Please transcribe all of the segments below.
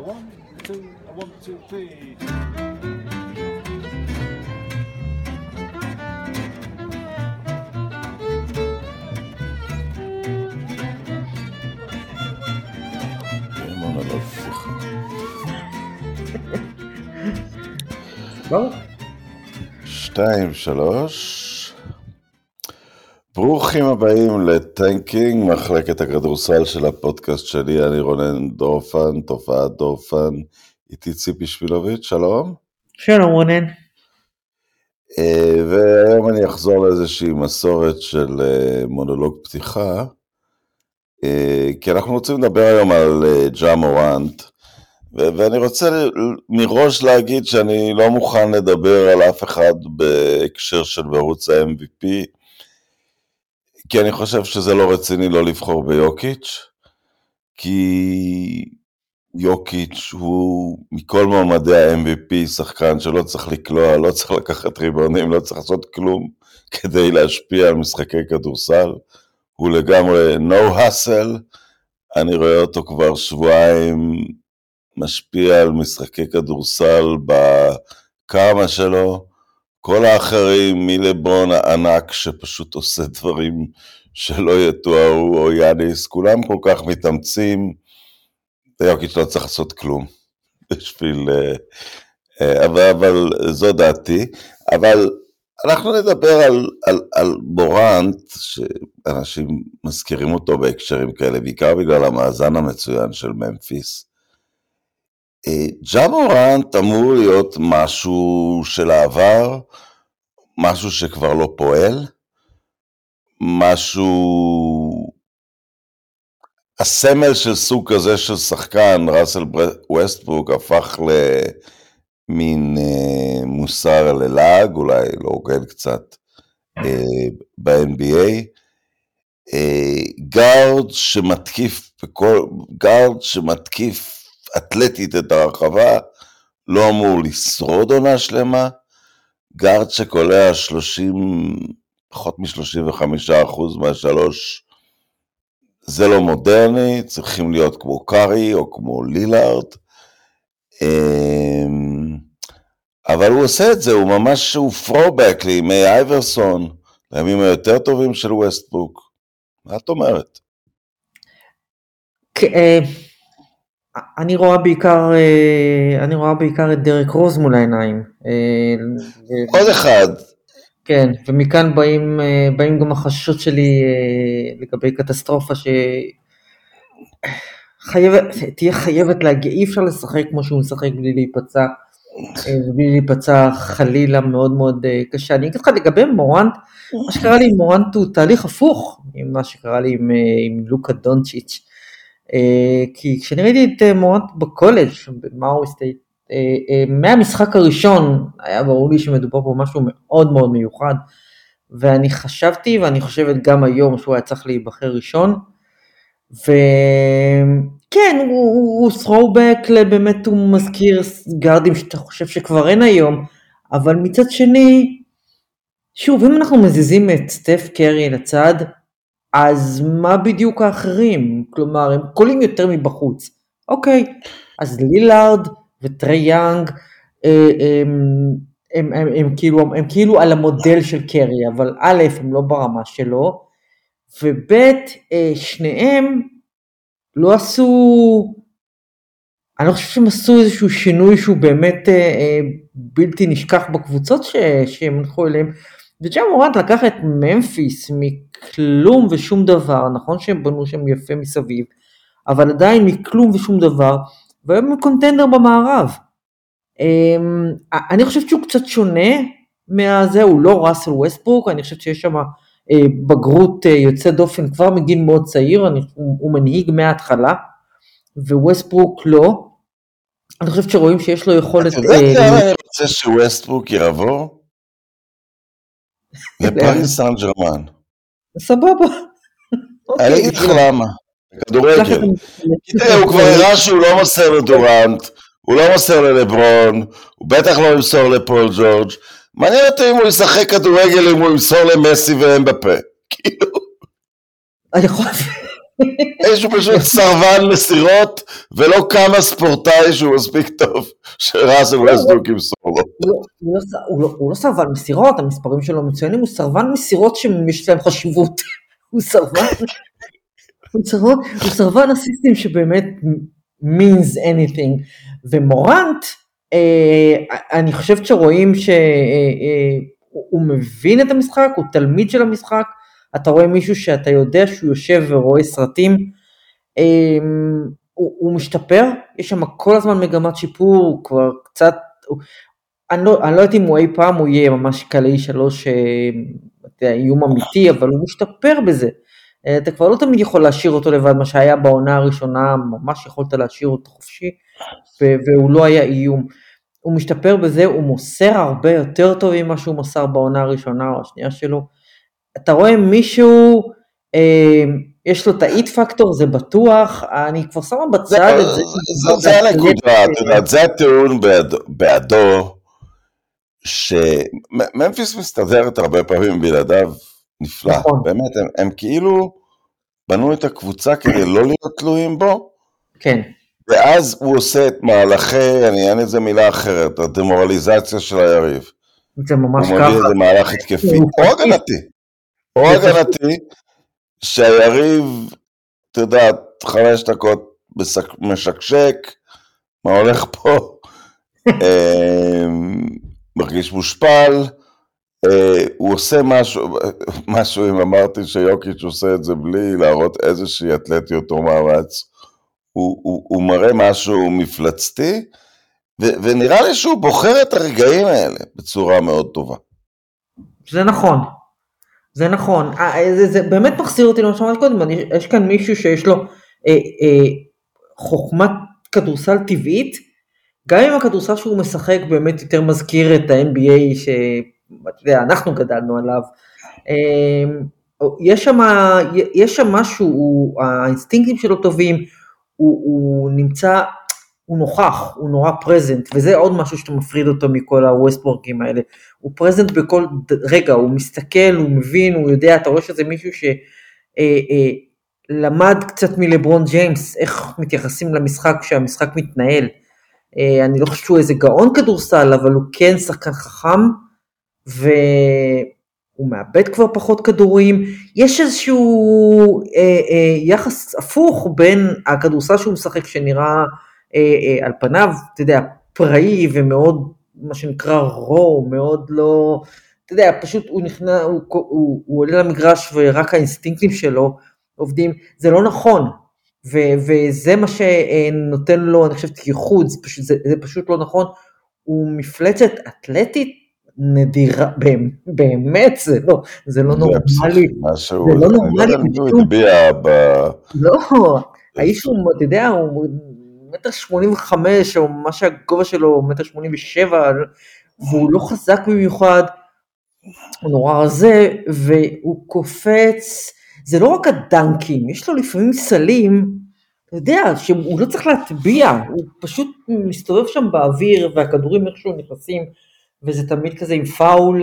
One, two, three. ברור. 2, 3. ברוכים הבאים לטנקינג, מחלקת הכדורסל של הפודקאסט שלי. אני רונן דורפן, תופעת דורפן, איתי ציפי שפילוביץ', שלום. שלום רונן. והיום אני אחזור לאיזושהי מסורת של מונולוג פתיחה, כי אנחנו רוצים לדבר היום על ג'ה מורנט, ואני רוצה מראש להגיד שאני לא מוכן לדבר על אף אחד בהקשר של בערוץ ה-MVP, כי אני חושב שזה לא רציני לא לבחור ביוקיץ', כי יוקיץ' הוא מכל מועמדי ה-MVP שחקן שלא צריך לקלוע, לא צריך לקחת ריבונים, לא צריך לעשות כלום כדי להשפיע על משחקי כדורסל, הוא לגמרי no hustle. אני רואה אותו כבר שבועיים משפיע על משחקי כדורסל בקרמה שלו, כל האחרים מלברון הענק שפשוט עושה דברים שלא יתוארו, או יאניס, כולם כל כך מתאמצים, ויוקיץ' לא צריך לעשות כלום, בשביל, אבל זו דעתי. אבל אנחנו נדבר על מורנט, שאנשים מזכירים אותו בהקשרים כאלה, בעיקר בגלל המאזן המצוין של ממפיס. ג'ה מורנט אמור להיות משהו של העבר, משהו שכבר לא פועל, משהו, הסמל של סוג כזה של שחקן, ראסל ווסטברוק, הפך למין מוסר ללעג, אולי לא הוגן קצת ב-NBA, גארד שמתקיף אתלטית את הרחבה, לא אמור לשרוד עונה שלמה, גארד שקולע פחות מ-35% מהשלוש, זה לא מודרני, צריכים להיות כמו קארי או כמו לילארד, אבל הוא עושה את זה, הוא ממש הוא פרובק לימי אייברסון, לימים היותר טובים של ווסטברוק. מה את אומרת? אני רואה בעיקר את דרק רוז מול העיניים. עוד אחד. כן, ומכאן באים גם החששות שלי לגבי קטסטרופה תהיה חייבת להגיע, אי אפשר לשחק כמו שהוא משחק בלי להיפצע חלילה מאוד מאוד קשה. אני אגיד לך לגבי מורנט, מה שקרה לי עם מורנט הוא תהליך הפוך ממה שקרה לי עם לוקה דונצ'יץ'. כי כשאני ראיתי את מורנט בקולג' במאו סטייט, מהמשחק הראשון היה ברור לי שמדובר פה משהו מאוד מאוד מיוחד, ואני חשבתי ואני חושבת גם היום שהוא היה צריך להיבחר ראשון, וכן הוא throwback, באמת הוא מזכיר גארדים שאתה חושב שכבר אין היום, אבל מצד שני, שוב, אם אנחנו מזיזים את סטף קרי לצד, אז מה בדיוק האחרים? כלומר, הם קולים יותר מבחוץ. אוקיי, אז לילארד וטרי יאנג, הם כאילו על המודל של קרי, אבל א', הם לא ברמה שלו, וב', שניהם לא עשו, אני לא חושב שהם עשו איזשהו שינוי שהוא באמת בלתי נשכח בקבוצות שהם הלכו אליהם, וג'ה מורנט לקח את ממפיס מכלום ושום דבר, נכון שהם בנו שם יפה מסביב, אבל עדיין מכלום ושום דבר, והיום הם קונטנדר במערב. אני חושבת שהוא קצת שונה מהזה, הוא לא ראסל ווסטברוק, אני חושבת שיש שם בגרות יוצא דופן כבר מגיל מאוד צעיר, הוא מנהיג מההתחלה, וווסטברוק לא. אני חושבת שרואים שיש לו יכולת... אתה יודעת למה אני רוצה שווסטברוק יעבור? לפריס סן ז'רמן. סבבה. אני אגיד לך למה. כדורגל. הוא כבר הראה שהוא לא מוסר לדורנט, הוא לא מוסר ללברון, הוא בטח לא ימסור לפול ג'ורג'. מעניין אותי אם הוא ישחק כדורגל, אם הוא ימסור למסי ואמבפה. כאילו. שהוא פשוט סרבן מסירות, ולא כמה ספורטאי שהוא מספיק טוב, שראסל ווסטברוק ימסור לו. הוא לא סרבן מסירות, המספרים שלו מצוינים, הוא סרבן מסירות שיש להם חשיבות. הוא סרבן אסיסטים שבאמת means anything. ומורנט, אני חושבת שרואים שהוא מבין את המשחק, הוא תלמיד של המשחק, אתה רואה מישהו שאתה יודע שהוא יושב ורואה סרטים, הוא משתפר, יש שם כל הזמן מגמת שיפור, כבר קצת, אני לא יודעת אם הוא אי פעם הוא יהיה ממש קלעי 3 איום אמיתי, אבל הוא משתפר בזה, אתה כבר לא תמיד יכול להשאיר אותו לבד, מה שהיה בעונה הראשונה, ממש יכולת להשאיר אותו חופשי, והוא לא היה איום, הוא משתפר בזה, הוא מוסר הרבה יותר טוב ממה שהוא מוסר בעונה הראשונה או השנייה שלו, אתה רואה מישהו, יש לו את האיט פקטור, זה בטוח, אני כבר שמה בצד את זה. זה הנקודה, את יודעת, זה הטיעון בעדו, שממפיס מסתדרת הרבה פעמים בלעדיו נפלא, באמת, הם כאילו בנו את הקבוצה כדי לא להיות תלויים בו, כן. ואז הוא עושה את מהלכי, אני אין איזה מילה אחרת, הדמורליזציה של היריב. זה ממש ככה. הוא מביא איזה מהלך התקפי, או הגנתי, שהיריב, אתה יודעת, 5 דקות משקשק, מה הולך פה, מרגיש מושפל, הוא עושה משהו, אם אמרתי שיוקיץ' עושה את זה בלי להראות איזושהי אתלטיות או מאמץ, הוא מראה משהו מפלצתי, ונראה לי שהוא בוחר את הרגעים האלה בצורה מאוד טובה. זה נכון. זה נכון, זה באמת מחזיר אותי למה שאמרת קודם, יש כאן מישהו שיש לו חוכמת כדורסל טבעית, גם אם הכדורסל שהוא משחק באמת יותר מזכיר את ה-NBA שאנחנו גדלנו עליו, יש שם משהו, האינסטינקטים שלו טובים, הוא נמצא, הוא נוכח, הוא נורא פרזנט, וזה עוד משהו שאתה מפריד אותו מכל הווסטבורקים האלה, הוא פרזנט בכל רגע, הוא מסתכל, הוא מבין, הוא יודע, אתה רואה שזה מישהו שלמד קצת מלברון ג'יימס, איך מתייחסים למשחק כשהמשחק מתנהל, אני לא חושב שהוא איזה גאון כדורסל, אבל הוא כן שחקן חכם, והוא מאבד כבר פחות כדורים, יש איזשהו יחס הפוך בין הכדורסל שהוא משחק שנראה על פניו, אתה יודע, פראי ומאוד, מה שנקרא רו, מאוד לא, אתה יודע, פשוט הוא נכנע, הוא עולה למגרש ורק האינסטינקטים שלו עובדים, זה לא נכון, וזה מה שנותן לו, אני חושבת, ייחוד, זה פשוט לא נכון, הוא מפלצת אתלטית נדירה, באמת, זה לא נורמלי, זה לא נורמלי, לא, האיש הוא, אתה יודע, הוא 1.85 או מה שהגובה שלו 1.87 והוא לא חזק במיוחד, הוא נורא רזה, והוא קופץ, זה לא רק הדנקים, יש לו לפעמים סלים, אתה יודע, שהוא לא צריך להטביע, הוא פשוט מסתובב שם באוויר, והכדורים איכשהו נכנסים, וזה תמיד כזה עם פאול,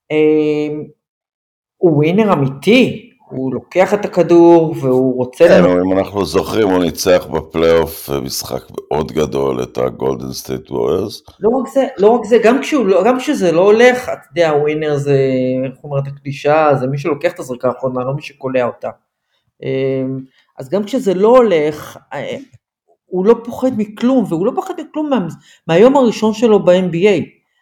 הוא ווינר אמיתי, הוא לוקח את הכדור, והוא רוצה... כן, אם אנחנו זוכרים, הוא ניצח בפלייאוף משחק מאוד גדול, את הגולדן סטייט ווריורס. לא רק זה, גם כשזה לא הולך, אתה יודע, ווינר זה, איך אומרת הקלישה, זה מי שלוקח את הזריקה האחרונה, לא מי שקולע אותה. אז גם כשזה לא הולך, הוא לא פוחד מכלום, והוא לא פוחד מכלום מהיום הראשון שלו ב-NBA.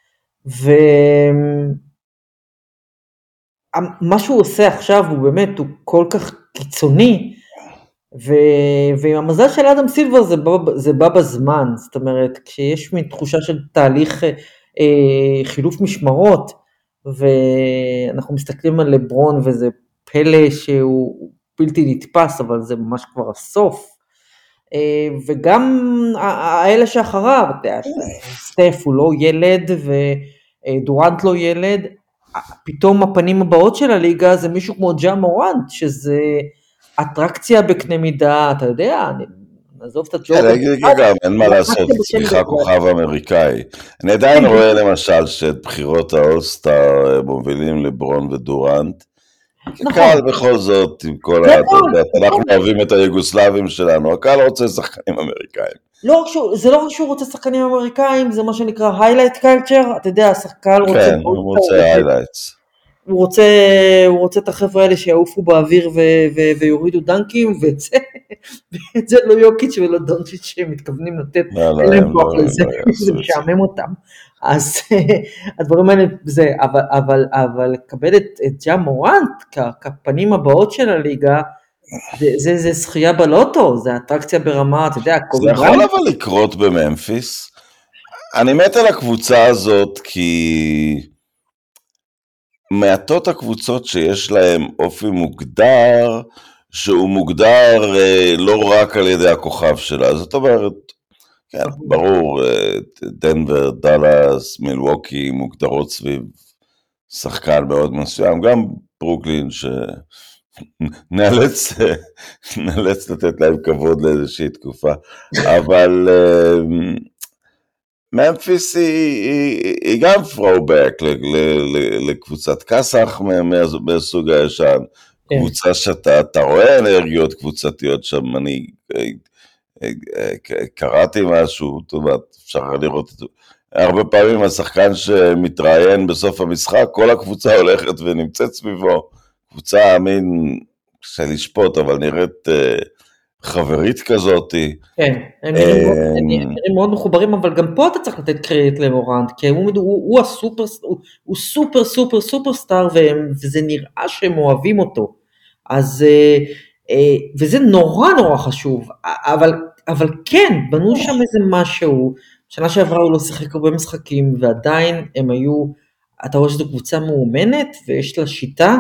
מה שהוא עושה עכשיו הוא באמת, הוא כל כך קיצוני, ועם המזל של אדם סילבר זה בא בזמן, זאת אומרת, כשיש מין תחושה של תהליך חילוף משמרות, ואנחנו מסתכלים על לברון, וזה פלא שהוא בלתי נתפס, אבל זה ממש כבר הסוף, וגם האלה שאחריו, סטף הוא לא ילד, ודורנט לא ילד, פתאום הפנים הבאות של הליגה זה מישהו כמו ג'ה מורנט, שזה אטרקציה בקנה מידה, אתה יודע, נעזוב את הג'ורדן. גם, אין מה לעשות, צריכה כוכב אמריקאי. אני עדיין רואה למשל שאת בחירות האולסטאר מובילים לברון ודורנט, קל בכל זאת, עם כל אנחנו אוהבים את היוגוסלבים שלנו, הקהל רוצה שחקנים אמריקאים. זה לא רק שהוא רוצה שחקנים אמריקאים, זה מה שנקרא highlight culture, אתה יודע, השחקן רוצה... כן, הוא רוצה highlights. הוא רוצה את החבר'ה האלה שיעופו באוויר ויורידו דנקים, ואת זה לא יוקיץ' ולא דונצ'יץ' שהם מתכוונים לתת, אין להם כוח לזה, זה משעמם אותם. אז הדברים האלה זה, אבל לקבל את ג'ה מורנט כפנים הבאות של הליגה, זה זכייה בלוטו, זה אטרקציה ברמה, אתה יודע, זה יכול אבל לקרות בממפיס. אני מת על הקבוצה הזאת, כי מעטות הקבוצות שיש להם אופי מוגדר, שהוא מוגדר לא רק על ידי הכוכב שלה, זאת אומרת, כן, ברור, דנבר, דלאס, מילווקי, מוגדרות סביב שחקן מאוד מסוים, גם ברוקלין שנאלץ לתת להם כבוד לאיזושהי תקופה, אבל ממפיס היא גם throwback לקבוצת קסח מהסוג הישן, קבוצה שאתה רואה אנרגיות קבוצתיות שם, אני קראתי משהו, אפשר לראות את זה, הרבה פעמים השחקן שמתראיין בסוף המשחק, כל הקבוצה הולכת ונמצאת סביבו, קבוצה מין של לשפוט, אבל נראית חברית כזאת. כן, הם נראים מאוד מחוברים, אבל גם פה אתה צריך לתת קרדיט למורנט, כי הוא סופר סופר סופר סטאר, וזה נראה שהם אוהבים אותו, אז, וזה נורא נורא חשוב, אבל כן, בנו שם איזה משהו, שנה שעברה הוא לא שיחק הרבה משחקים, ועדיין הם היו, אתה רואה שזו קבוצה מאומנת, ויש לה שיטה,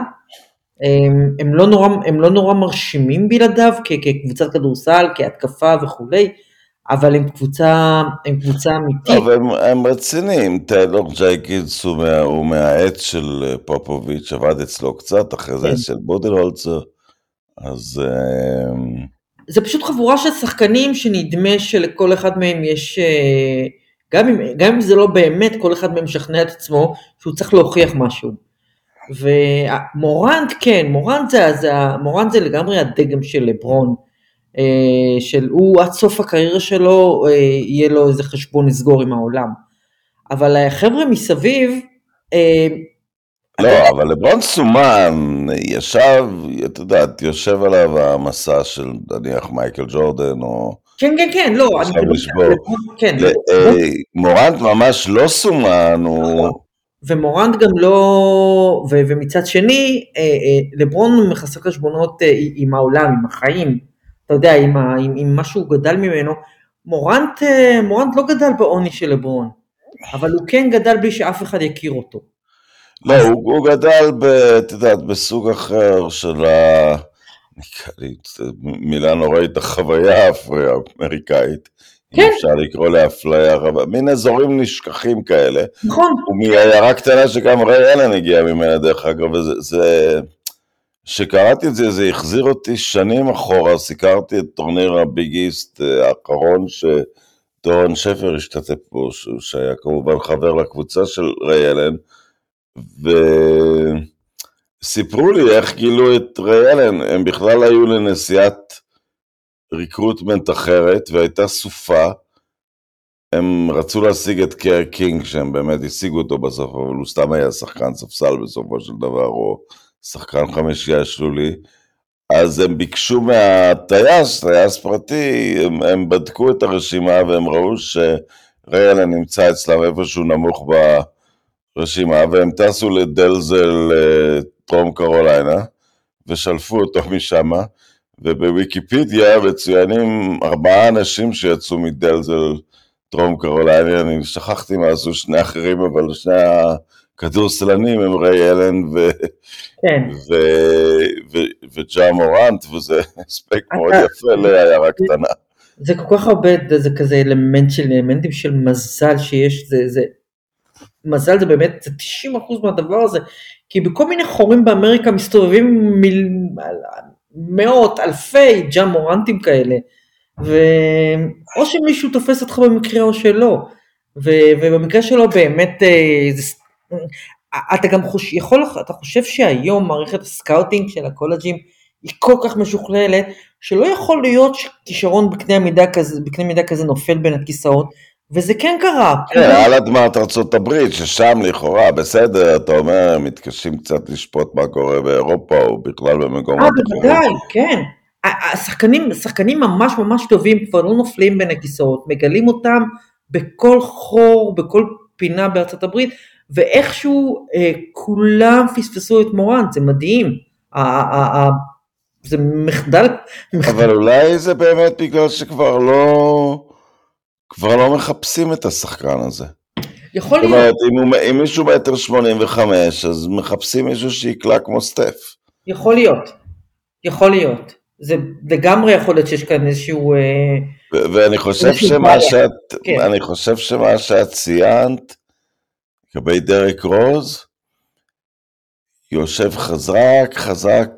הם לא נורא מרשימים בלעדיו, כקבוצת כדורסל, כהתקפה וכולי, אבל הם קבוצה אמיתית. אבל הם רציניים, טיילור ג'ייקינס הוא מהעץ של פופוביץ', עבד אצלו קצת, אחרי זה של בודלהולצר, אז זה פשוט חבורה של שחקנים שנדמה שלכל אחד מהם יש, גם אם זה לא באמת, כל אחד מהם משכנע את עצמו שהוא צריך להוכיח משהו. ומורנט כן, מורנט זה לגמרי הדגם של לברון, הוא עד סוף הקריירה שלו יהיה לו איזה חשבון לסגור עם העולם. אבל החבר'ה מסביב, לא, אבל לברון סומן ישב, אתה יודעת, יושב עליו המסע של נניח מייקל ג'ורדן או... כן, לא. מורנט ממש לא סומן, ומורנט גם לא, ומצד שני, לברון מחסר חשבונות עם העולם, עם החיים, אתה יודע, עם מה שהוא גדל ממנו, מורנט לא גדל בעוני של לברון, אבל הוא כן גדל בלי שאף אחד יכיר אותו. לא, הוא גדל, אתה יודעת, בסוג אחר של מילה נוראית, החוויה האמריקאית, אם אפשר לקרוא לאפליה רבה, מין אזורים נשכחים כאלה. נכון. ומעיירה קטנה שגם ריי אלן הגיע ממנה דרך אגב, שקראתי את זה, זה החזיר אותי שנים אחורה, סיקרתי את טורניר הביג איסט האחרון שדורון שפר השתתף בו, שהיה כמובן חבר לקבוצה של ריי אלן, וסיפרו לי איך גילו את ריי אלן, הם בכלל היו לנסיעת ריקרוטמנט אחרת, והייתה סופה, הם רצו להשיג את קר קינג, שהם באמת השיגו אותו בסוף, אבל הוא סתם היה שחקן ספסל בסופו של דבר, או שחקן חמישייה שלולי, אז הם ביקשו מהטייס, טייס פרטי, הם בדקו את הרשימה, והם ראו שריי אלן נמצא אצלם איפשהו נמוך ברשימה, והם טסו לדלזל, טרום קרוליינה, ושלפו אותו משם, ובוויקיפדיה מצוינים 4 אנשים שיצאו מדלזל טרום קרוליינה, אני שכחתי מה עשו שני אחרים, אבל שני הכדורסלנים הם ריי אלן וג'ה מורנט, וזה הספק מאוד יפה לעיירה קטנה. זה כל כך הרבה, זה כזה אלמנטים של מזל שיש, מזל זה באמת, זה 90% מהדבר הזה, כי בכל מיני חורים באמריקה מסתובבים מאות, אלפי ג'ה מורנטים כאלה, או שמישהו תופס אותך במקרה או שלא, ובמקרה שלו באמת, אתה גם אתה חושב שהיום מערכת הסקאוטינג של הקולג'ים היא כל כך משוכללת, שלא יכול להיות שכישרון בקנה מידה כזה נופל בין הכיסאות, וזה כן קרה. כן, על אדמת ארצות הברית, ששם לכאורה, בסדר, אתה אומר, מתקשים קצת לשפוט מה קורה באירופה, או בכלל במקומות אחרים. בוודאי, כן. השחקנים ממש ממש טובים, כבר לא נופלים בין הכיסאות, מגלים אותם בכל חור, בכל פינה בארצות הברית, ואיכשהו כולם פספסו את מורנט, זה מדהים. זה מחדל. אבל אולי זה באמת בגלל שכבר לא מחפשים את השחקן הזה. יכול זאת להיות. אומרת, אם מישהו 1.85 מטר, אז מחפשים מישהו שיקלע כמו סטף. יכול להיות. זה לגמרי יכול להיות שיש כאן איזשהו... ואני חושב שמה שאת ציינת, לגבי דרק רוז, יושב חזק,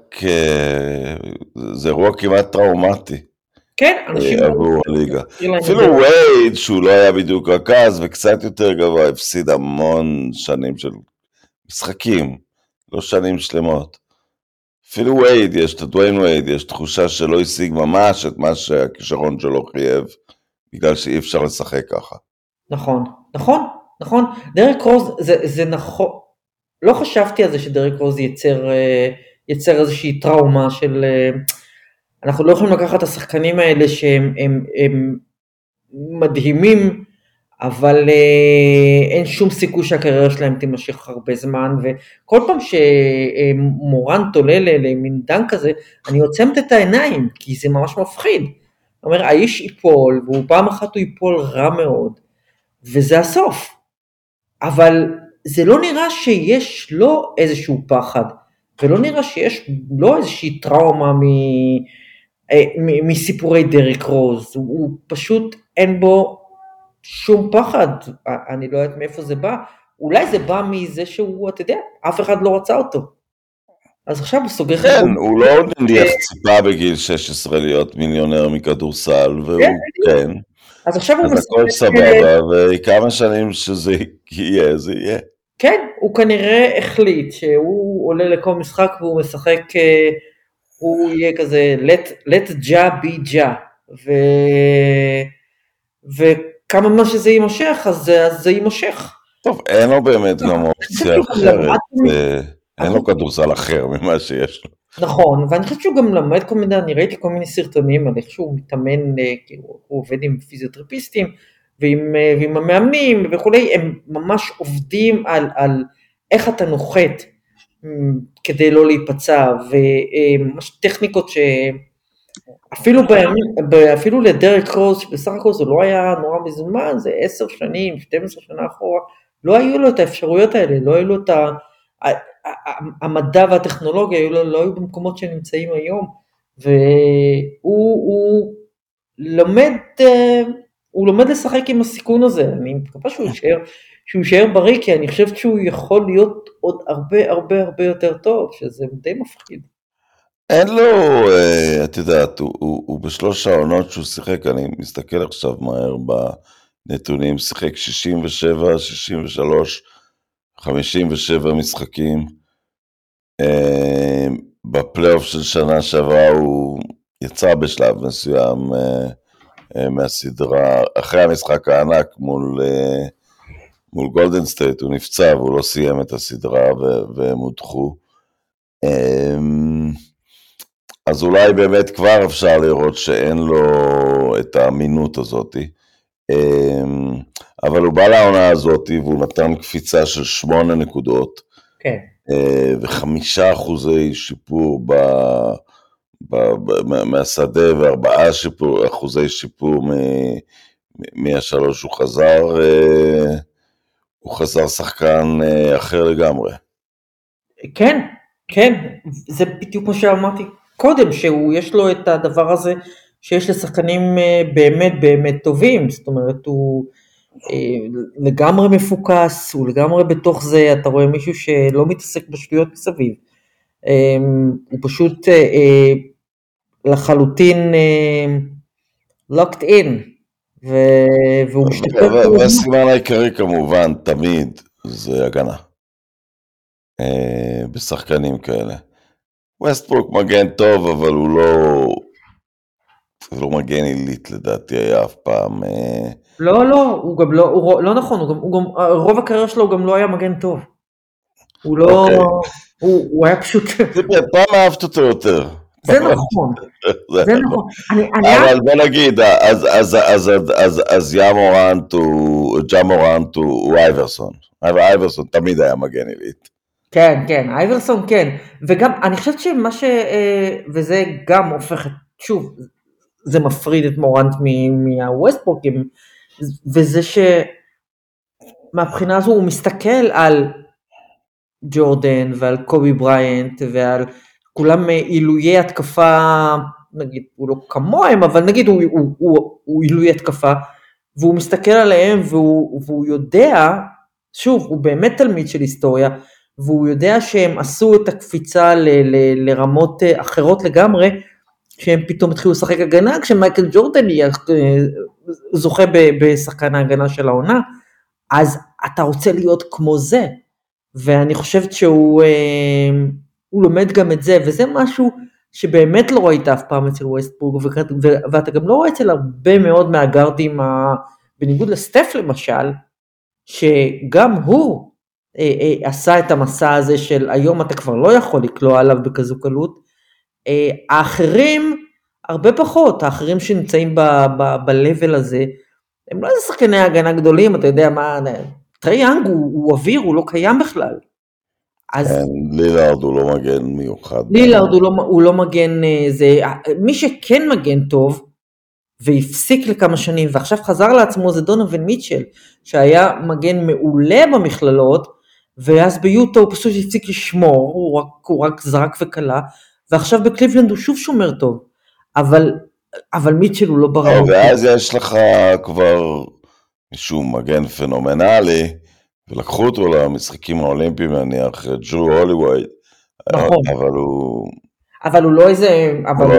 זה אירוע כמעט טראומטי. כן, אנשים... עבור הליגה. אפילו וייד, שהוא לא היה בדיוק רכז, וקצת יותר גבוה, הפסיד המון שנים של משחקים, לא שנים שלמות. אפילו וייד, דוויין וייד, יש תחושה שלא השיג ממש את מה שהכישרון שלו חייב, בגלל שאי אפשר לשחק ככה. נכון. דרק רוז, זה נכון, לא חשבתי על זה שדרק רוז ייצר איזושהי טראומה של... אנחנו לא יכולים לקחת את השחקנים האלה שהם מדהימים, אבל אין שום סיכוי שהקריירה שלהם תימשך הרבה זמן, וכל פעם שמורנט עולה למין דן כזה, אני עוצמת את העיניים, כי זה ממש מפחיד. זאת אומרת, האיש ייפול, והוא פעם אחת הוא ייפול רע מאוד, וזה הסוף. אבל זה לא נראה שיש לו איזשהו פחד, ולא נראה שיש לו איזושהי טראומה מסיפורי דרק רוז, הוא פשוט אין בו שום פחד, אני לא יודעת מאיפה זה בא, אולי זה בא מזה שהוא, אתה יודע, אף אחד לא רצה אותו, אז עכשיו הוא סוגר כן, הוא לא נניח ציפה בגיל 16 להיות מיליונר מכדורסל, והוא כן, אז עכשיו הוא אז הכל סבבה, וכמה שנים שזה יהיה, זה יהיה. כן, הוא כנראה החליט שהוא עולה לכל משחק והוא משחק, הוא יהיה כזה let Ja be Ja, וכמה מה שזה יימשך, אז זה יימשך. טוב, אין לו באמת גם אופציה אחרת, אין לו כדורסל אחר ממה שיש לו. נכון, ואני חושבת שהוא גם למד כל מיני, אני ראיתי כל מיני סרטונים על איך שהוא מתאמן, הוא עובד עם פיזיותרפיסטים, ועם המאמנים וכולי, הם ממש עובדים על איך אתה נוחת, כדי לא להיפצע, וממש טכניקות אפילו לדרק רוז, שבסך הכל זה לא היה נורא מזמן, זה 10 שנים, 12 שנה אחורה, לא היו לו את האפשרויות האלה, לא היו לו את המדע והטכנולוגיה, לא היו במקומות שנמצאים היום, והוא לומד לשחק עם הסיכון הזה, אני מקווה שהוא יישאר בריא, כי אני חושבת שהוא יכול להיות עוד הרבה יותר טוב, שזה די מפחיד. אין לו, את יודעת, הוא בשלוש העונות שהוא שיחק, אני מסתכל עכשיו מהר בנתונים, שיחק 67, 63, 57 משחקים, בפלייאוף של שנה שעברה הוא יצא בשלב מסוים מהסדרה, אחרי המשחק הענק מול גולדן סטייט, הוא נפצע והוא לא סיים את הסדרה והם הודחו. אז אולי באמת כבר אפשר לראות שאין לו את האמינות הזאת, אבל הוא בא לעונה הזאת והוא נתן קפיצה של 8 נקודות, כן. ו5% שיפור מהשדה, ו4% שיפור מהשלוש, הוא חזר שחקן אחר לגמרי. כן, זה בדיוק כמו שאמרתי קודם, שיש לו את הדבר הזה, שיש לשחקנים באמת טובים, זאת אומרת, הוא לגמרי מפוקס, הוא לגמרי בתוך זה, אתה רואה מישהו שלא מתעסק בשטויות מסביב, הוא פשוט לחלוטין locked in, והוא משתפר. והסימן העיקרי כמובן, תמיד, זה הגנה. בשחקנים כאלה. ווסטברוק מגן טוב, אבל הוא לא מגן עילית לדעתי היה אף פעם. לא, הוא גם לא נכון, הוא גם, רוב הקריירה שלו הוא גם לא היה מגן טוב. הוא לא, אוקיי. הוא היה פשוט... פעם אהבת אותו יותר. זה נכון, זה נכון. אבל בוא נגיד, אז ג'ה-מורנט הוא אייברסון. אייברסון תמיד היה מגן עילית. כן, אייברסון כן. וגם, אני חושבת שמה וזה גם הופך, שוב, זה מפריד את מורנט מהווסטברוקים, וזה שמהבחינה הזו הוא מסתכל על ג'ורדן ועל קובי בריינט ועל כולם עילויי התקפה, נגיד, הוא לא כמוהם, אבל נגיד הוא עילוי התקפה, והוא מסתכל עליהם והוא יודע, שוב, הוא באמת תלמיד של היסטוריה, והוא יודע שהם עשו את הקפיצה לרמות אחרות לגמרי, שהם פתאום התחילו לשחק הגנה, כשמייקל ג'ורדן זוכה בשחקן ההגנה של העונה, אז אתה רוצה להיות כמו זה, ואני חושבת שהוא לומד גם את זה, וזה משהו שבאמת לא ראית אף פעם אצל ווסטברוק, ואתה גם לא רואה אצל הרבה מאוד מהגארדים, בניגוד לסטף למשל, שגם הוא עשה את המסע הזה של היום אתה כבר לא יכול לקלוע עליו בכזו קלות, האחרים הרבה פחות, האחרים שנמצאים ב-level הזה, הם לא איזה שחקני הגנה גדולים, אתה יודע מה, טרי יאנג הוא אוויר, הוא לא קיים בכלל. כן, לילארד הוא לא מגן מיוחד. לילארד הוא לא מגן, מי שכן מגן טוב, והפסיק לכמה שנים, ועכשיו חזר לעצמו, זה דונובין מיטשל, שהיה מגן מעולה במכללות, ואז ביוטו הוא פשוט הפסיק לשמור, הוא רק זרק וקלה, ועכשיו בקליבלנד הוא שוב שומר טוב, אבל מיטשל הוא לא ברמה. ואז יש לך כבר מישהו מגן פנומנלי, ולקחו אותו למשחקים האולימפיים, נניח ג'רו הוליווייד, נכון. אבל הוא לא איזה,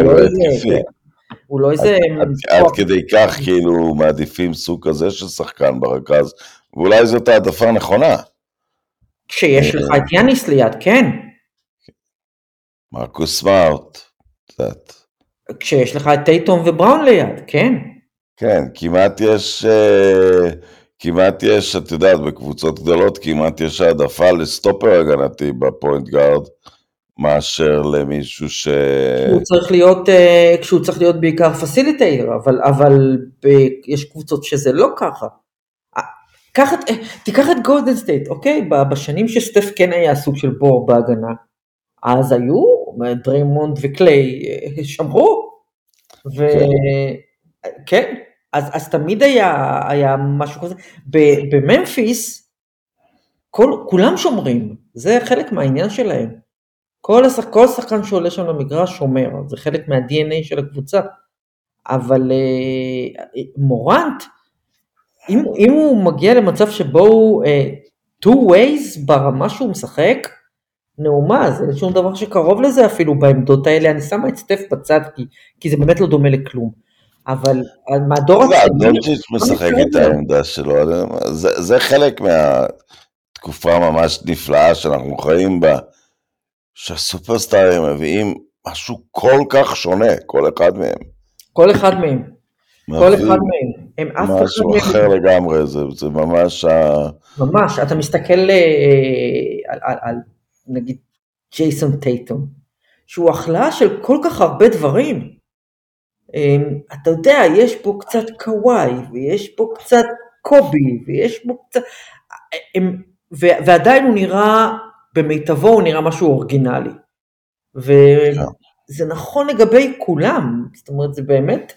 הוא לא איזה... עד כדי כך כאילו מעדיפים סוג כזה של שחקן ברכז, ואולי זאת העדפה נכונה. כשיש לך את יאניס ליד, כן. מרקוס סמארט, קצת. כשיש לך את טייטום ובראון ליד, כן. כן, כמעט יש, את יודעת, בקבוצות גדולות, כמעט יש העדפה לסטופר הגנתי בפוינט גארד, מאשר למישהו כשהוא צריך להיות בעיקר פסיליטייטר, אבל יש קבוצות שזה לא ככה. תיקח את גולדן סטייט, אוקיי? בשנים שסטף כן היה סוג של בור בהגנה, אז היו דריימונד וקליי שמרו, וכן, אז תמיד היה משהו כזה. בממפיס, כולם שומרים, זה חלק מהעניין שלהם. כל שחקן שעולה שם למגרש שומר, זה חלק מה-DNA של הקבוצה. אבל מורנט, אם הוא מגיע למצב שבו הוא two ways ברמה שהוא משחק, נאומה, זה שום דבר שקרוב לזה אפילו בעמדות האלה, אני שמה את סטף בצד, כי זה באמת לא דומה לכלום. אבל מהדור הצעיר... דונצ'יץ' משחק את העמדה שלו, זה חלק מהתקופה ממש נפלאה שאנחנו חיים בה, שהסופרסטארים מביאים משהו כל כך שונה, כל אחד מהם. כל אחד מהם. הם אף משהו אחר לגמרי, זה ממש... ממש, אתה מסתכל על נגיד ג'ייסון טייטום, שהוא החלאה של כל כך הרבה דברים. אתה יודע, יש פה קצת קוואי, ויש פה קצת קובי, ויש פה קצת... ועדיין הוא נראה... במיטבו הוא נראה משהו אורגינלי, וזה נכון לגבי כולם, זאת אומרת, זה באמת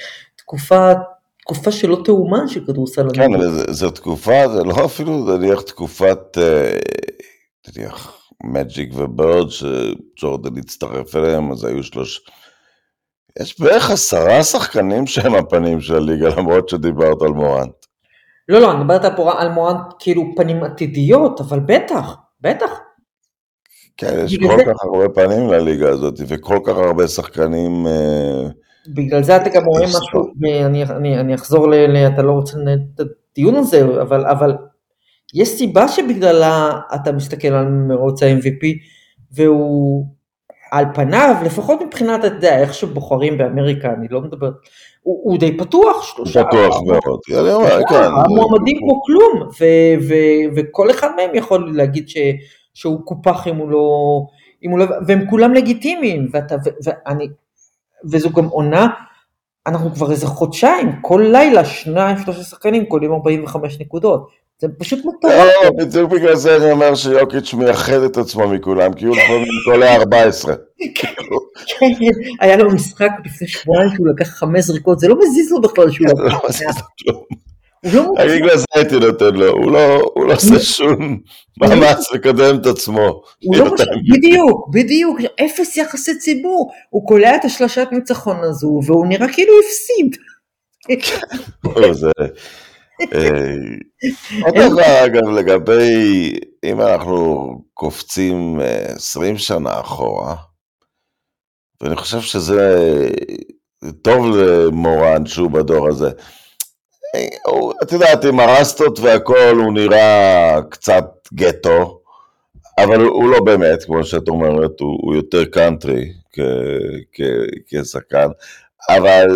תקופה שלא תאומן של כדורסל. כן, זו תקופה, זה לא אפילו, זה נניח תקופת, נניח, מג'יק וברד, שג'ורדן הצטרף אליהם, אז היו יש בערך 10 שחקנים שהם הפנים של הליגה, למרות שדיברת על מורנט. לא, אני מדברת על מורנט כאילו פנים עתידיות, אבל בטח. כן, יש כל כך הרבה פנים לליגה הזאת, וכל כך הרבה שחקנים... בגלל זה אתה גם רואה משהו, אני אחזור אתה לא רוצה לנהל את הדיון הזה, אבל יש סיבה שבגללה אתה מסתכל על מרוץ ה-MVP, והוא על פניו, לפחות מבחינת, אתה יודע, איך שבוחרים באמריקה, אני לא מדבר, הוא די פתוח, שלושה. פתוח מאוד. אני אומר, כן. המועמדים כמו כלום, וכל אחד מהם יכול להגיד שהוא קופח אם הוא לא, והם כולם לגיטימיים, וזו גם עונה, אנחנו כבר איזה חודשיים, כל לילה 2-3 שחקנים קולים 45 נקודות, זה פשוט מטורף. לא, בדיוק בגלל זה אני אומר שיוקיץ' מייחד את עצמו מכולם, כי הוא לפעמים קולע 14. כן, היה לו משחק לפני שבועיים שהוא לקח 5 זריקות, זה לא מזיז לו בכלל שהוא לא מזיז לו כלום. אני בגלל זה הייתי נותן לו, הוא לא עושה שום מאמץ לקדם את עצמו. בדיוק, 0 יחסי ציבור, הוא קולע את השלשת ניצחון הזו, והוא נראה כאילו הפסיד. זה... עוד דבר, אגב, לגבי, אם אנחנו קופצים 20 שנה אחורה, ואני חושב שזה טוב למורן שהוא בדור הזה. את יודעת, עם הרסטות והכל הוא נראה קצת גטו, אבל הוא לא באמת, כמו שאת אומרת, הוא יותר קאנטרי כשחקן, אבל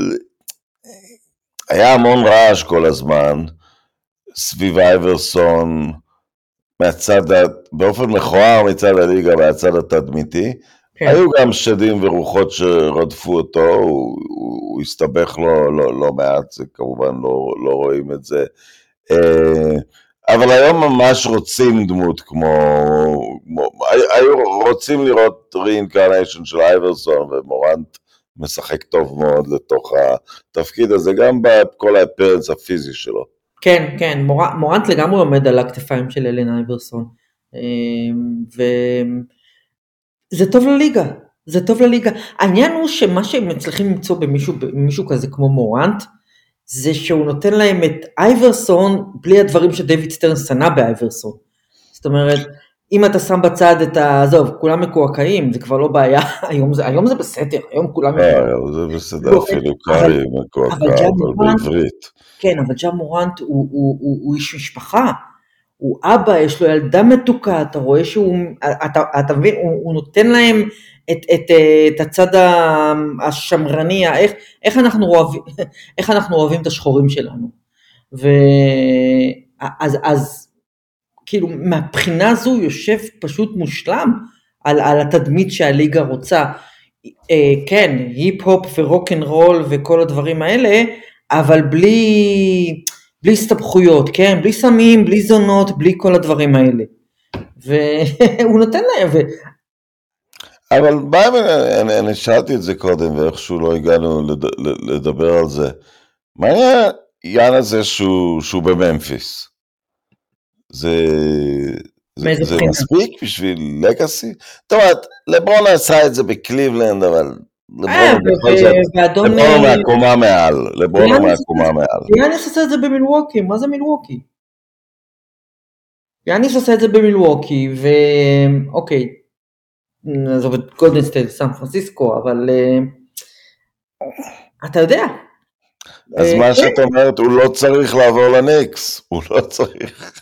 היה המון רעש כל הזמן, סביב אייברסון, באופן מכוער מצד הליגה והצד התדמיתי, כן. היו גם שדים ורוחות שרדפו אותו, הוא הסתבך לא מעט, זה כמובן לא רואים את זה, אבל היום ממש רוצים דמות היו רוצים לראות reincarnation של אייברסון, ומורנט משחק טוב מאוד לתוך התפקיד הזה, גם בכל האפרנס הפיזי שלו. כן, מורנט לגמרי עומד על הכתפיים של אלן אייברסון, זה טוב לליגה, העניין הוא שמה שהם מצליחים למצוא במישהו כזה כמו מורנט, זה שהוא נותן להם את אייברסון, בלי הדברים שדייוויד סטרן שנא באייברסון, זאת אומרת, אם אתה שם בצד את עזוב, כולם מקועקעים, זה כבר לא בעיה, היום זה בסדר, היום כולם זה בסדר, אפילו קרי מקועקע, אבל בעברית. כן, אבל ג'ה מורנט הוא איש משפחה, הוא אבא, יש לו ילדה מתוקה, אתה רואה שהוא, אתה מבין, הוא נותן להם את הצד השמרני, איך אנחנו אוהבים את השחורים שלנו, אז כאילו מהבחינה הזו יושב פשוט מושלם על התדמית שהליגה רוצה, כן, היפ-הופ ורוק-אנד-רול וכל הדברים האלה, אבל בלי הסתבכויות, כן, בלי סמים, בלי זונות, בלי כל הדברים האלה, והוא נותן להם, אבל אני שאלתי את זה קודם, ואיכשהו לא הגענו לדבר על זה, מה היה העניין הזה שהוא בממפיס? זה מספיק בשביל לגאסי? זאת אומרת, לברון עשה את זה בקליבלנד, אבל לברון הוא מהקומה מעל. יאניס עושה את זה במילווקי, מה זה מילווקי? יאניס עושה את זה במילווקי, ואוקיי, זה עובד גולדן סטייט, סן פרנסיסקו, אבל אתה יודע. אז מה שאת אומרת, הוא לא צריך לעבור לניקס, הוא לא צריך.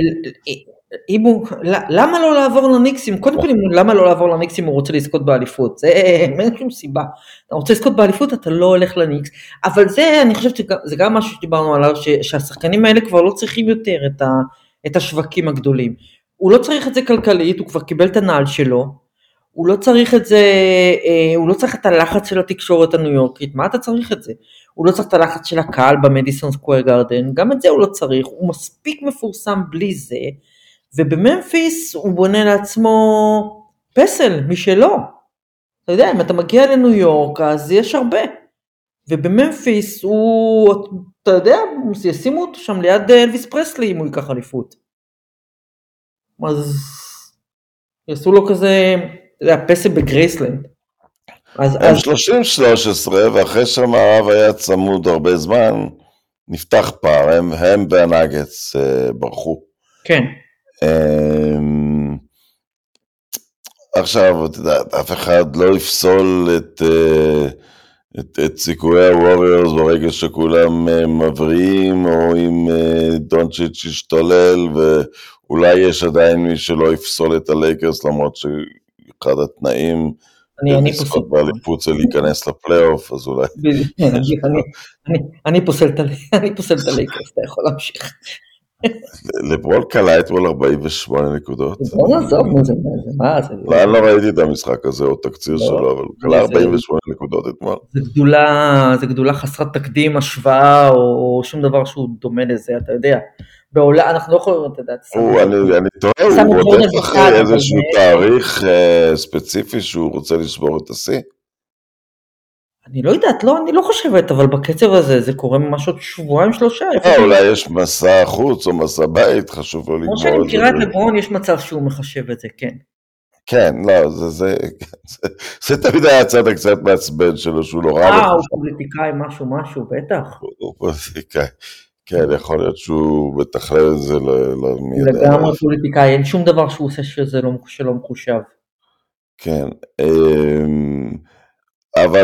למה לא לעבור לניקסים? קודם כל, למה לא לעבור לניקסים הוא רוצה לזכות באליפות? זה אין שום סיבה. אתה רוצה לזכות באליפות, אתה לא הולך לניקס. אבל זה, אני חושבת שזה גם משהו שדיברנו עליו, שהשחקנים האלה כבר לא צריכים יותר את השווקים הגדולים. הוא לא צריך את זה כלכלית, הוא כבר קיבל את הנעל שלו, הוא לא צריך את זה, הוא לא צריך את הלחץ של התקשורת הניו יורקית, מה אתה צריך את זה? הוא לא צריך את הלחץ של הקהל במדיסון סקוואר גארדן, גם את זה הוא לא צריך, הוא מספיק מפורסם בלי זה, ובממפיס הוא בונה לעצמו פסל משלו. אתה יודע, אם אתה מגיע לניו יורק, אז יש הרבה. ובממפיס הוא, אתה יודע, ישימו אותו שם ליד אלוויס פרסלי, אם הוא ייקח אליפות. אז יעשו לו כזה, אתה יודע, פסל בגרייסלנד. הם 30-13, ואחרי שהמערב היה צמוד הרבה זמן, נפתח פער, הם והנאגטס ברחו. כן. עכשיו, אתה יודעת, אף אחד לא יפסול את סיכויי הווריורס ברגע שכולם מבריאים, או אם דונצ'יץ' ישתולל, ואולי יש עדיין מי שלא יפסול את הלייקרס, למרות שאחד התנאים לזכות באליפות זה להיכנס לפלייאוף, אז אולי... אני פוסל את הלייקרס, אתה יכול להמשיך. לברון קלה אתמול 48 נקודות. בוא נעזוב, מה זה? אני לא ראיתי את המשחק הזה או תקציר שלו, אבל הוא קלה 48 נקודות אתמול. זה גדולה חסרת תקדים, השוואה או שום דבר שהוא דומה לזה, אתה יודע. בעולם, אנחנו לא יכולים לדעת. אני טועה, הוא רודף אחרי איזשהו תאריך ספציפי שהוא רוצה לשבור את השיא. אני לא יודעת, אני לא חושבת, אבל בקצב הזה זה קורה ממש עוד שבועיים שלושה. אולי יש מסע חוץ או מסע בית, חשוב לו לגמור את זה. כמו שאני מכירה את לברון, יש מצב שהוא מחשב את זה, כן. כן, לא, זה תמיד היה הצד קצת מעצבן שלו, שהוא נורא... הוא פוליטיקאי, משהו, בטח. הוא פוליטיקאי, כן, יכול להיות שהוא מתכלל את זה למי יודע. לגמרי פוליטיקאי, אין שום דבר שהוא עושה שלא מחושב. כן, אבל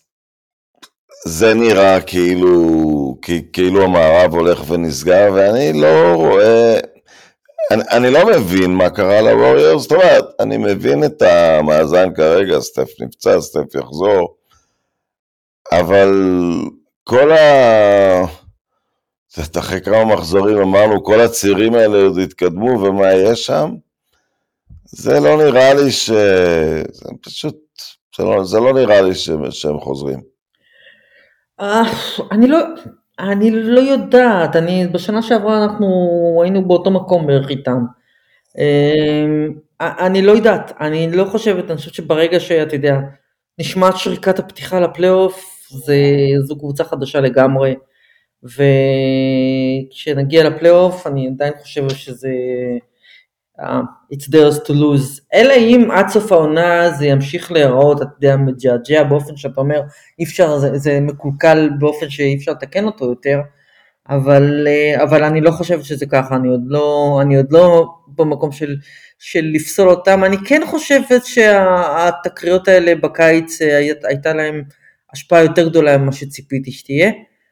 זה נראה כאילו המערב הולך ונסגר, ואני לא רואה... אני לא מבין מה קרה לווריורס, זאת אומרת, אני מבין את המאזן כרגע, סטף נפצע, סטף יחזור, אבל כל אחרי כמה מחזורים אמרנו, כל הצירים האלה עוד התקדמו, ומה יש שם? זה לא נראה לי זה פשוט, זה לא נראה לי שהם חוזרים. אני לא יודעת, בשנה שעברה אנחנו היינו באותו מקום בערך איתם, אני לא יודעת, אני לא חושבת, אני חושבת שברגע שאתה יודע, נשמעת שריקת הפתיחה לפלייאוף, זו קבוצה חדשה לגמרי, וכשנגיע לפלייאוף אני עדיין חושבת שזה, it's theirs to lose, אלא אם עד סוף העונה זה ימשיך להיראות, אתה יודע, מג'עג'ע באופן שאתה אומר, אי אפשר, זה מקולקל באופן שאי אפשר לתקן אותו יותר, אבל אני לא חושבת שזה ככה, אני עוד לא במקום של לפסול אותם, אני כן חושבת שהתקריות האלה בקיץ הייתה להם השפעה יותר גדולה ממה שציפיתי שתהיה,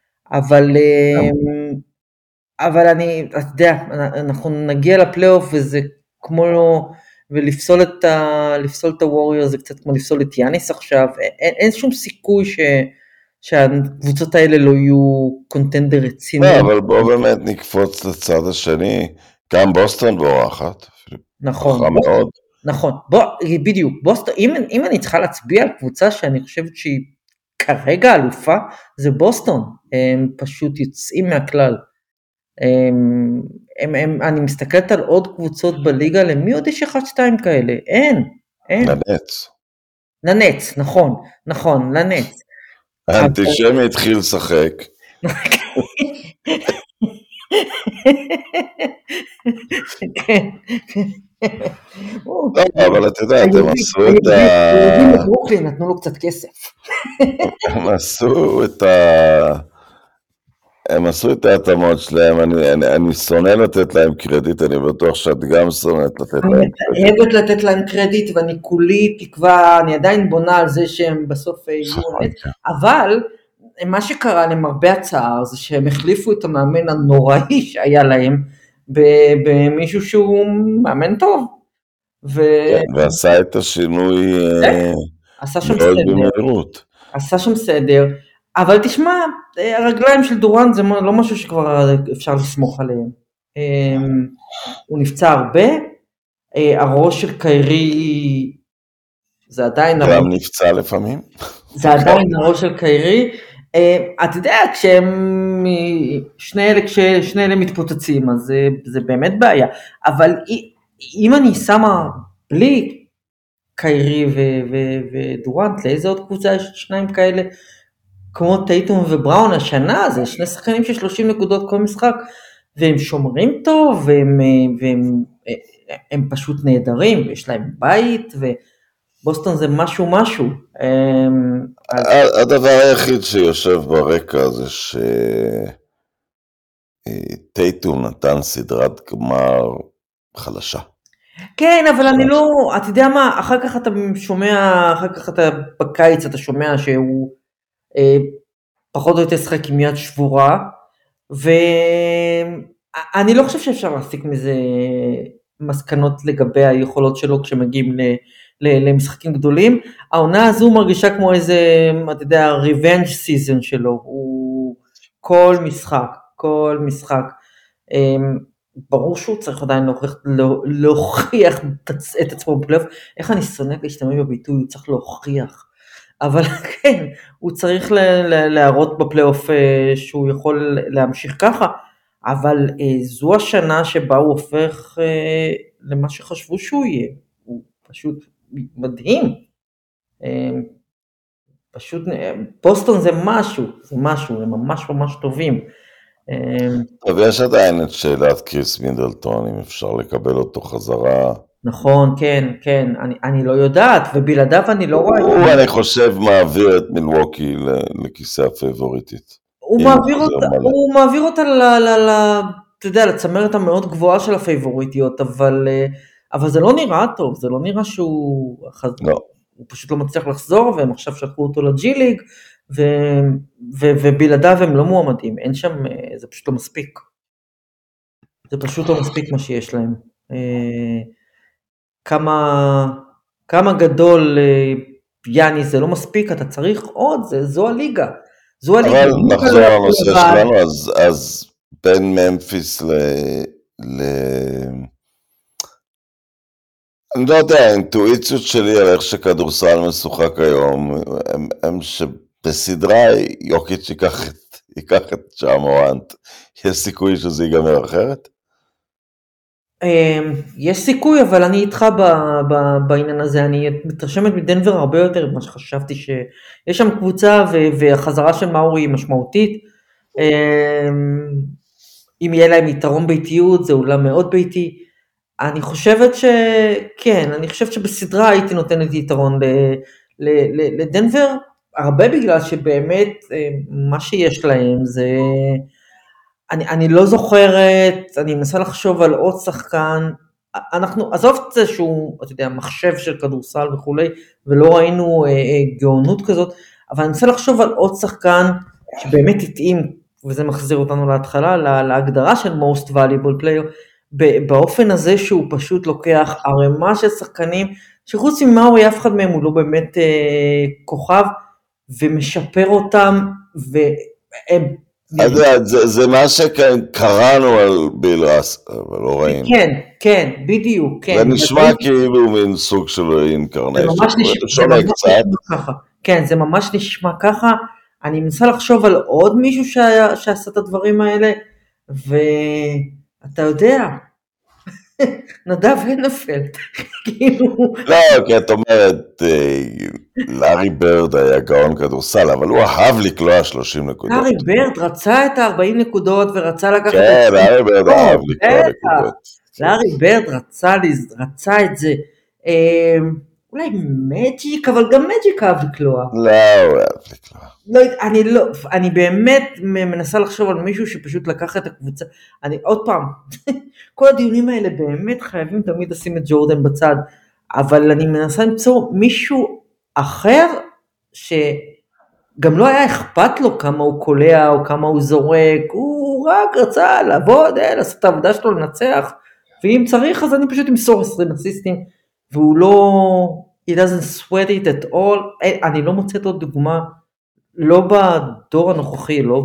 אבל אתה יודע, אנחנו נגיע לפלייאוף וזה כמו ולפסול את הווריורס זה קצת כמו לפסול את יאניס עכשיו, אין שום סיכוי שהקבוצות האלה לא יהיו קונטנדר רציני. לא, אבל בואו באמת נקפוץ לצד השני, גם בוסטון בורחת. נכון. מאוד. נכון, בדיוק, בוסטון, אם אני צריכה להצביע על קבוצה שאני חושבת שהיא כרגע אלופה, זה בוסטון, הם פשוט יוצאים מהכלל. אני מסתכלת על עוד קבוצות בליגה, למי עוד יש 1-2 כאלה? אין. לנץ, נכון, לנץ. האנטישמי התחיל לשחק. כן. אבל אתה יודע, הם עשו את ברוקלין נתנו לו קצת כסף. הם עשו את ההתאמות שלהם, אני שונא לתת להם קרדיט, אני בטוח שאת גם שונאת לתת להם קרדיט. אני אוהבת לתת להם קרדיט, ואני כולי תקווה, אני עדיין בונה על זה שהם בסוף יהיו נט, אבל מה שקרה להם הרבה הצער, זה שהם החליפו את המאמן הנוראי שהיה להם, במישהו שהוא מאמן טוב. ועשה את השינוי מאוד במהירות. עשה שם סדר, אבל תשמע, הרגליים של דורנט זה לא משהו שכבר אפשר לסמוך עליהם. הוא נפצע הרבה, הראש של קיירי, זה עדיין... גם נפצע לפעמים. זה עדיין הראש של קיירי. אתה יודע, שני אלה מתפוצצים, אז זה באמת בעיה. אבל אם אני שמה בלי קיירי ודורנט, לאיזה עוד קבוצה יש שניים כאלה, כמו טייטום ובראון השנה, זה שני שחקנים של 30 נקודות כל משחק, והם שומרים טוב, והם פשוט נהדרים, ויש להם בית, ובוסטון זה משהו. הדבר היחיד שיושב ברקע זה שטייטום נתן סדרת גמר חלשה. כן, אבל אני לא, אתה יודע מה, אחר כך אתה שומע, אחר כך אתה בקיץ אתה שומע שהוא פחות או יותר שחק עם יד שבורה, ואני לא חושב שאפשר להסיק מזה מסקנות לגבי היכולות שלו כשמגיעים למשחקים גדולים. העונה הזו מרגישה כמו איזה, אתה יודע, revenge season שלו, הוא כל משחק, ברור שהוא צריך עדיין להוכיח את עצמו בפלייאוף. איך אני שונא להשתמש בביטוי, הוא צריך להוכיח, אבל כן, הוא צריך להראות בפלייאוף שהוא יכול להמשיך ככה, אבל זו השנה שבה הוא הופך למה שחשבו שהוא יהיה, הוא פשוט מדהים, פשוט בוסטון זה משהו, הם ממש טובים. טוב, יש עדיין את שאלת קריס מידלטון, אם אפשר לקבל אותו חזרה. נכון, כן, אני לא יודעת, ובלעדיו אני לא רואה. הוא, אני חושב, מעביר את מילווקי לכיסא הפייבוריטית. הוא מעביר אותה אתה יודע, לצמרת המאוד גבוהה של הפייבוריטיות, אבל זה לא נראה טוב, זה לא נראה שהוא... לא. הוא פשוט לא מצליח לחזור, והם עכשיו שלחו אותו לג'י ליג, ובלעדיו הם לא מועמדים, אין שם, זה פשוט לא מספיק. זה פשוט לא מספיק מה שיש להם. כמה גדול יאני זה לא מספיק, אתה צריך עוד, זו הליגה. אבל נחזור לנושא שלנו, אז בין ממפיס אני לא יודע, האינטואיציות שלי על איך שכדורסל משוחק היום, הם שבסדרה יוקיץ' ייקח את ג'ה מורנט, יש סיכוי שזה ייגמר אחרת? יש סיכוי, אבל אני איתך בעניין הזה, אני מתרשמת מדנבר הרבה יותר ממה שחשבתי, שיש שם קבוצה והחזרה של מאורי היא משמעותית, אם יהיה להם יתרון ביתיות, זה אולי מאוד ביתי, אני חושבת שכן, אני חושבת שבסדרה הייתי נותנת יתרון לדנבר, הרבה בגלל שבאמת מה שיש להם זה, אני לא זוכרת, אני מנסה לחשוב על עוד שחקן, עזוב את זה שהוא, אתה יודע, מחשב של כדורסל וכולי, ולא ראינו גאונות כזאת, אבל אני מנסה לחשוב על עוד שחקן שבאמת התאים, וזה מחזיר אותנו להתחלה, להגדרה של most valuable player, באופן הזה שהוא פשוט לוקח ערימה של שחקנים, שחוץ ממאורי אף אחד מהם הוא לא באמת כוכב, ומשפר אותם, והם... זה מה שקראנו על ביל ראס, אבל לא ראינו. כן, בדיוק. זה נשמע כאילו מין סוג של אינקרנציה, שונה קצת. כן, זה ממש נשמע ככה, אני מנסה לחשוב על עוד מישהו שעשה את הדברים האלה, ואתה יודע, נדב הנפלד, כאילו... לא, כי את אומרת, לארי ברד היה גאון כדורסל, אבל הוא אהב לקלוע 30 נקודות. לארי ברד רצה את ה-40 נקודות ורצה לקחת... כן, לארי ברד אהב לקלוע נקודות. לארי ברד רצה את זה. אולי מג'יק, אבל גם מג'יק אהב לקלוע. לא, הוא אהב לקלוע. אני באמת מנסה לחשוב על מישהו שפשוט לקח את הקבוצה. עוד פעם, כל הדיונים האלה באמת חייבים תמיד לשים את ג'ורדן בצד, אבל אני מנסה למצוא מישהו אחר שגם לא היה אכפת לו כמה הוא קולע או כמה הוא זורק, הוא רק רצה לעבוד, לעשות את העבודה שלו, לנצח, ואם צריך אז אני פשוט אמסור 20 אסיסטים, והוא לא, he doesn't sweat it at all, אני לא מוצאת עוד דוגמה, לא בדור הנוכחי, לא ב...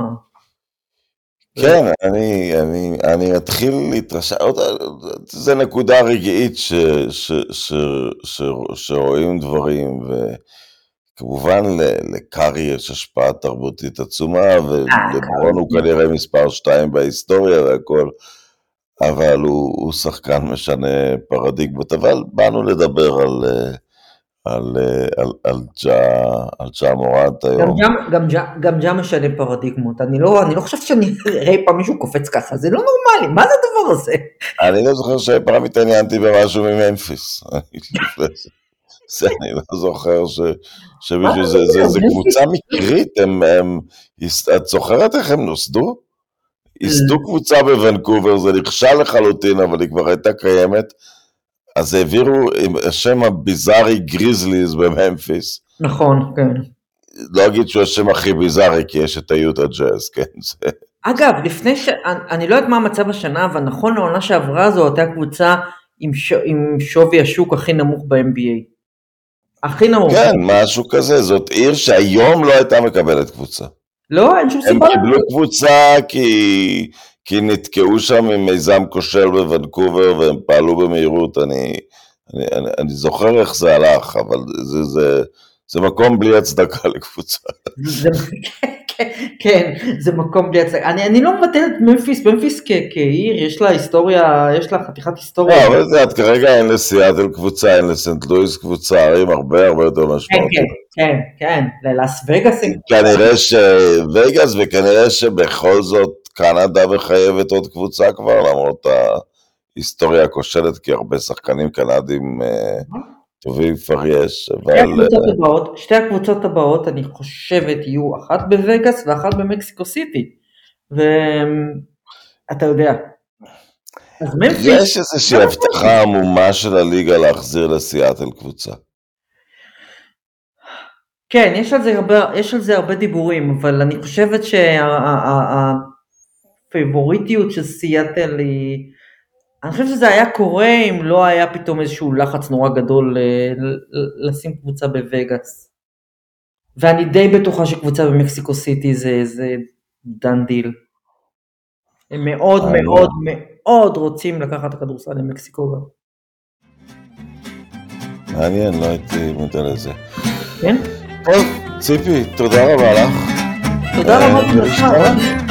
כן, אני אתחיל להתרשם, זה נקודה רגעית שרואים דברים, וכמובן לקארי יש השפעה תרבותית עצומה, ולברון הוא כנראה מספר 2 בהיסטוריה והכל, אבל הוא שחקן משנה פרדיגמות, אבל באנו לדבר על ג'ה מורנט היום. גם ג'ה משנה פרדיגמות, אני לא חושבת שאני אראה פעם מישהו קופץ ככה, זה לא נורמלי, מה זה הדבר הזה? אני לא זוכר שפעם התעניינתי במשהו מממפיס, אני לא זוכר שמישהו, זה קבוצה מקרית, את זוכרת איך הם נוסדו? ייסדו קבוצה בוונקובר, זה נכשל לחלוטין, אבל היא כבר הייתה קיימת, אז העבירו עם השם הביזארי גריזליז בממפיס. נכון, כן. לא אגיד שהוא השם הכי ביזארי, כי יש את היוטה ג'אז, כן? אגב, אני לא יודעת מה המצב השנה, אבל נכון לעונה שעברה זו הייתה קבוצה עם שווי השוק הכי נמוך ב-NBA. הכי נמוך. כן, משהו כזה, זאת עיר שהיום לא הייתה מקבלת קבוצה. לא, אין שום סיבה. הם קיבלו קבוצה כי נתקעו שם עם מיזם כושל בוונקובר, והם פעלו במהירות, אני זוכר איך זה הלך, אבל זה מקום בלי הצדקה לקבוצה. כן, זה מקום בלי הצדקה. אני לא מבטל את ממפיס כעיר, יש לה היסטוריה, יש לה חתיכת היסטוריה. אבל זה, כרגע אין לסיאטל קבוצה, אין לסנט לואיס קבוצה, ערים הרבה יותר משמעותיים. כן, ללאס וגאס. כנראה שווגאס, וכנראה שבכל זאת קנדה מחייבת עוד קבוצה כבר, למרות ההיסטוריה הכושלת, כי הרבה שחקנים קנדים טובים כבר יש, אבל... שתי הקבוצות הבאות, אני חושבת, יהיו אחת בווגאס ואחת במקסיקו סיטי, ואתה יודע. יש איזושהי הבטחה עמומה של הליגה להחזיר לסיאטל קבוצה. כן, יש על זה הרבה דיבורים, אבל אני חושבת שהפייבוריטיות של סיאטל היא... אני חושב שזה היה קורה אם לא היה פתאום איזשהו לחץ נורא גדול לשים קבוצה בווגאס. ואני די בטוחה שקבוצה במקסיקו סיטי זה דן דיל. הם מאוד מאוד מאוד רוצים לקחת את הכדורסל למקסיקו. מעניין, לא הייתי מודע לזה. כן? טוב, ציפי, תודה רבה לך. תודה רבה לך.